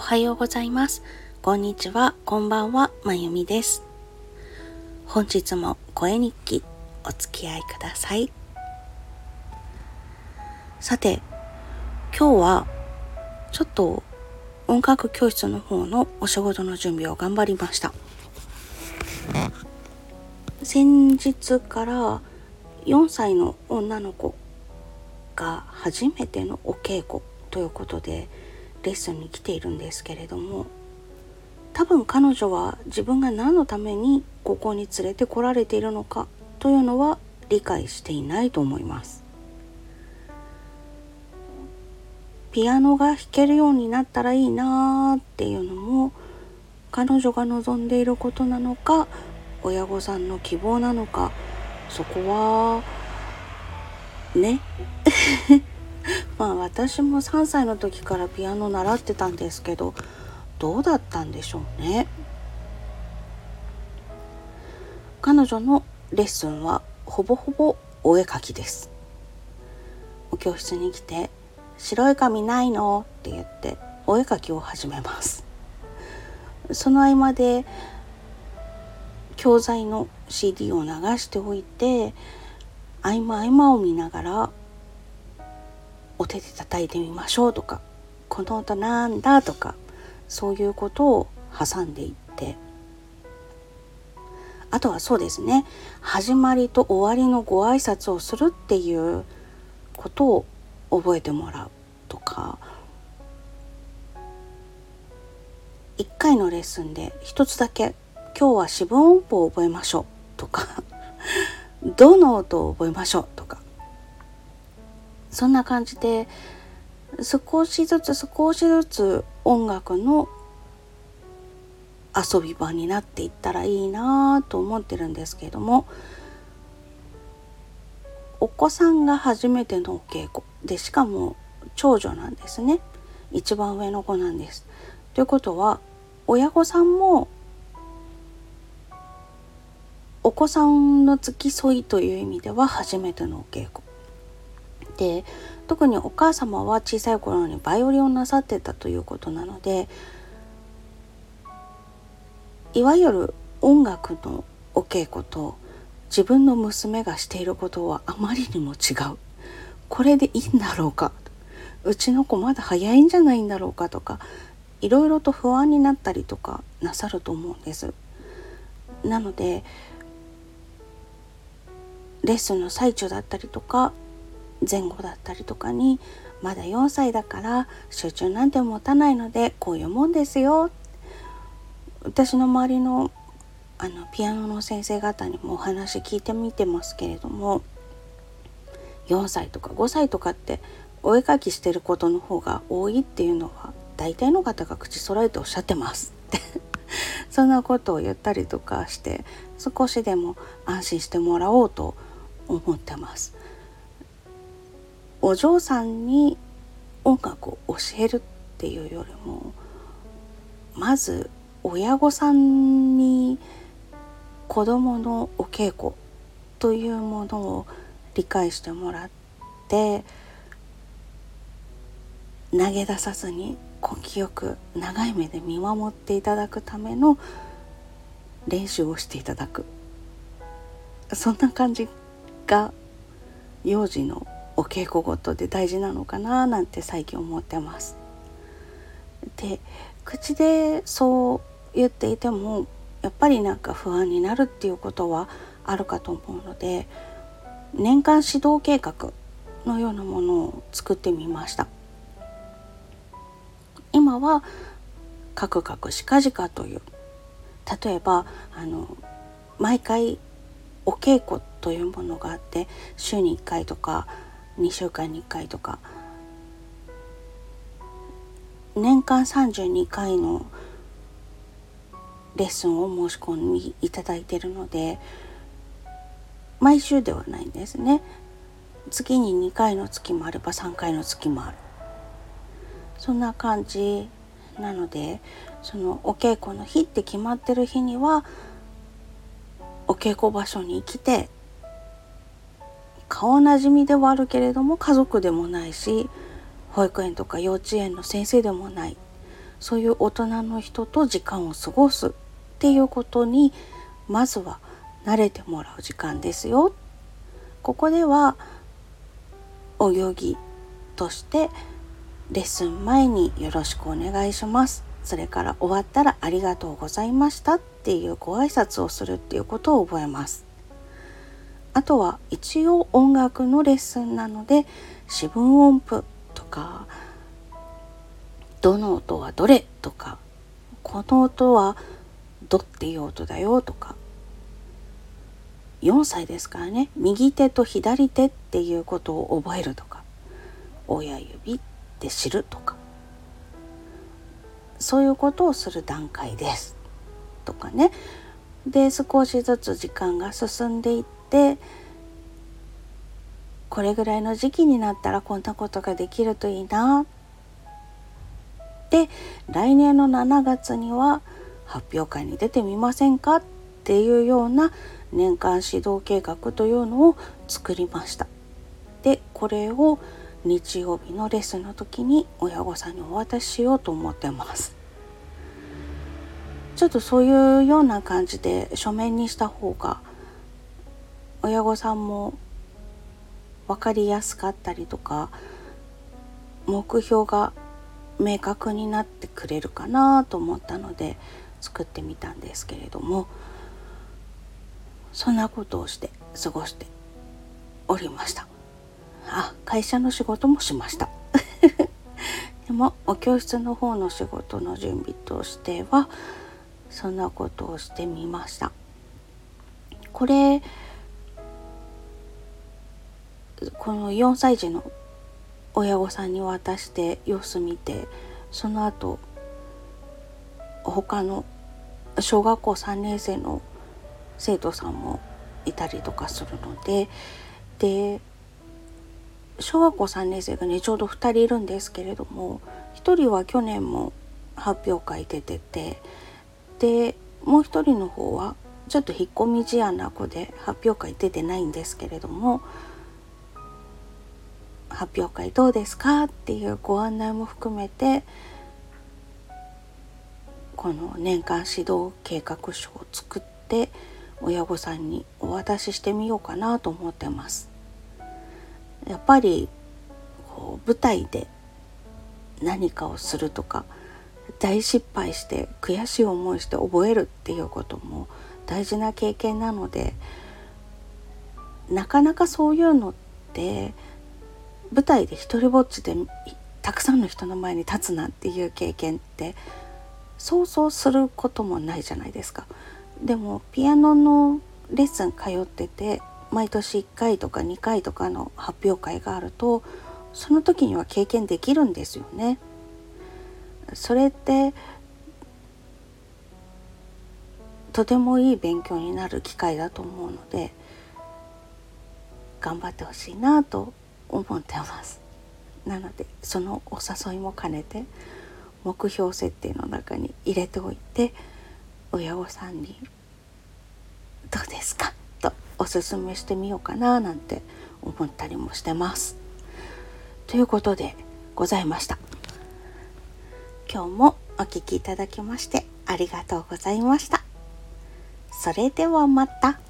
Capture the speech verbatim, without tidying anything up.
はようございます。こんにちは、こんばんは、まゆみです。本日も声日記お付き合いください。さて、今日はちょっと音楽教室の方のお仕事の準備を頑張りました。先日からよんさいの女の子が初めてのお稽古ということでレッスンに来ているんですけれども、多分彼女は自分が何のためにここに連れてこられているのかというのは理解していないと思います。ピアノが弾けるようになったらいいなっていうのも彼女が望んでいることなのか、親御さんの希望なのか、そこはねまあ私もさんさいの時からピアノ習ってたんですけど、どうだったんでしょうね。彼女のレッスンはほぼほぼお絵描きです。お教室に来て白い紙ないのって言ってお絵描きを始めます。その合間で教材の シーディー を流しておいて、合間合間を見ながらお手で叩いてみましょうとか、この音なんだとか、そういうことを挟んでいって、あとはそうですね、始まりと終わりのご挨拶をするっていうことを覚えてもらうとか、いっかいのレッスンで一つだけ今日は四分音符を覚えましょうとかどの音を覚えましょうとか、そんな感じで少しずつ少しずつ音楽の遊び場になっていったらいいなと思ってるんですけれども、お子さんが初めてのお稽古で、しかも長女なんですね。一番上の子なんです。ということは親御さんもお子さんの付き添いという意味では初めてのお稽古で、特にお母様は小さい頃にバイオリンをなさってたということなので、いわゆる音楽のお稽古と自分の娘がしていることはあまりにも違う。これでいいんだろうか、うちの子まだ早いんじゃないんだろうかとか、いろいろと不安になったりとかなさると思うんです。なのでレッスンの最中だったりとか前後だったりとかに、まだよんさいだから集中なんて持たないのでこういうもんですよ、私の周りのあのピアノの先生方にもお話聞いてみてますけれども、よんさいとかごさいとかってお絵描きしてることの方が多いっていうのは大体の方が口揃えておっしゃってますそんなことを言ったりとかして、少しでも安心してもらおうと思ってます。お嬢さんに音楽を教えるっていうよりも、まず親御さんに子どものお稽古というものを理解してもらって、投げ出さずに根気よく長い目で見守っていただくための練習をしていただく、そんな感じが幼児のお稽古ごとで大事なのかななんて最近思ってます。で、口でそう言っていてもやっぱりなんか不安になるっていうことはあるかと思うので、年間指導計画のようなものを作ってみました。今はカクカクしかじかという、例えばあの毎回お稽古というものがあって、週にいっかいとかにしゅうかんにいっかいとか年間さんじゅうにかいのレッスンを申し込みいただいているので、毎週ではないんですね。月ににかいの月もあればさんかいの月もある、そんな感じなので、そのお稽古の日って決まってる日にはお稽古場所に来て、顔なじみではあるけれども家族でもないし保育園とか幼稚園の先生でもない、 そういう大人の人と時間を過ごすっていうことにまずは慣れてもらう時間ですよ。ここではお行儀としてレッスン前によろしくお願いします、それから終わったらありがとうございましたっていうご挨拶をするっていうことを覚えます。あとは一応音楽のレッスンなので四分音符とかどの音はどれとかこの音はドっていう音だよとか、よんさいですからね、右手と左手っていうことを覚えるとか、親指って知るとか、そういうことをする段階ですとかね。で少しずつ時間が進んでいって、これぐらいの時期になったらこんなことができるといいな。で来年のしちがつには発表会に出てみませんかっていうような年間指導計画というのを作りました。でこれを日曜日のレッスンの時に親御さんにお渡ししようと思ってます。ちょっとそういうような感じで書面にした方が親御さんも分かりやすかったりとか、目標が明確になってくれるかなと思ったので作ってみたんですけれども、そんなことをして過ごしておりました。あ、会社の仕事もしましたでもお教室の方の仕事の準備としてはそんなことをしてみました。これこのよんさい児の親御さんに渡して様子見て、その後他の小学校さんねん生の生徒さんもいたりとかするので、で小学校さんねん生がねちょうどふたりいるんですけれども、ひとりは去年も発表会出てて、でもう一人の方はちょっと引っ込み思案な子で発表会出てないんですけれども、発表会どうですかっていうご案内も含めてこの年間指導計画書を作って親御さんにお渡ししてみようかなと思ってます。やっぱりこう舞台で何かをするとか大失敗して悔しい思いして覚えるっていうことも大事な経験なので、なかなかそういうのって舞台で一人ぼっちでたくさんの人の前に立つなんていう経験ってそうそうすることもないじゃないですか。でもピアノのレッスン通ってて毎年いっかいとかにかいとかの発表会があるとその時には経験できるんですよね。それってとてもいい勉強になる機会だと思うので頑張ってほしいなと思ってます。なのでそのお誘いも兼ねて目標設定の中に入れておいて親御さんにどうですかとおすすめしてみようかななんて思ったりもしてます。ということでございました。今日もお聞きいただきましてありがとうございました。それではまた。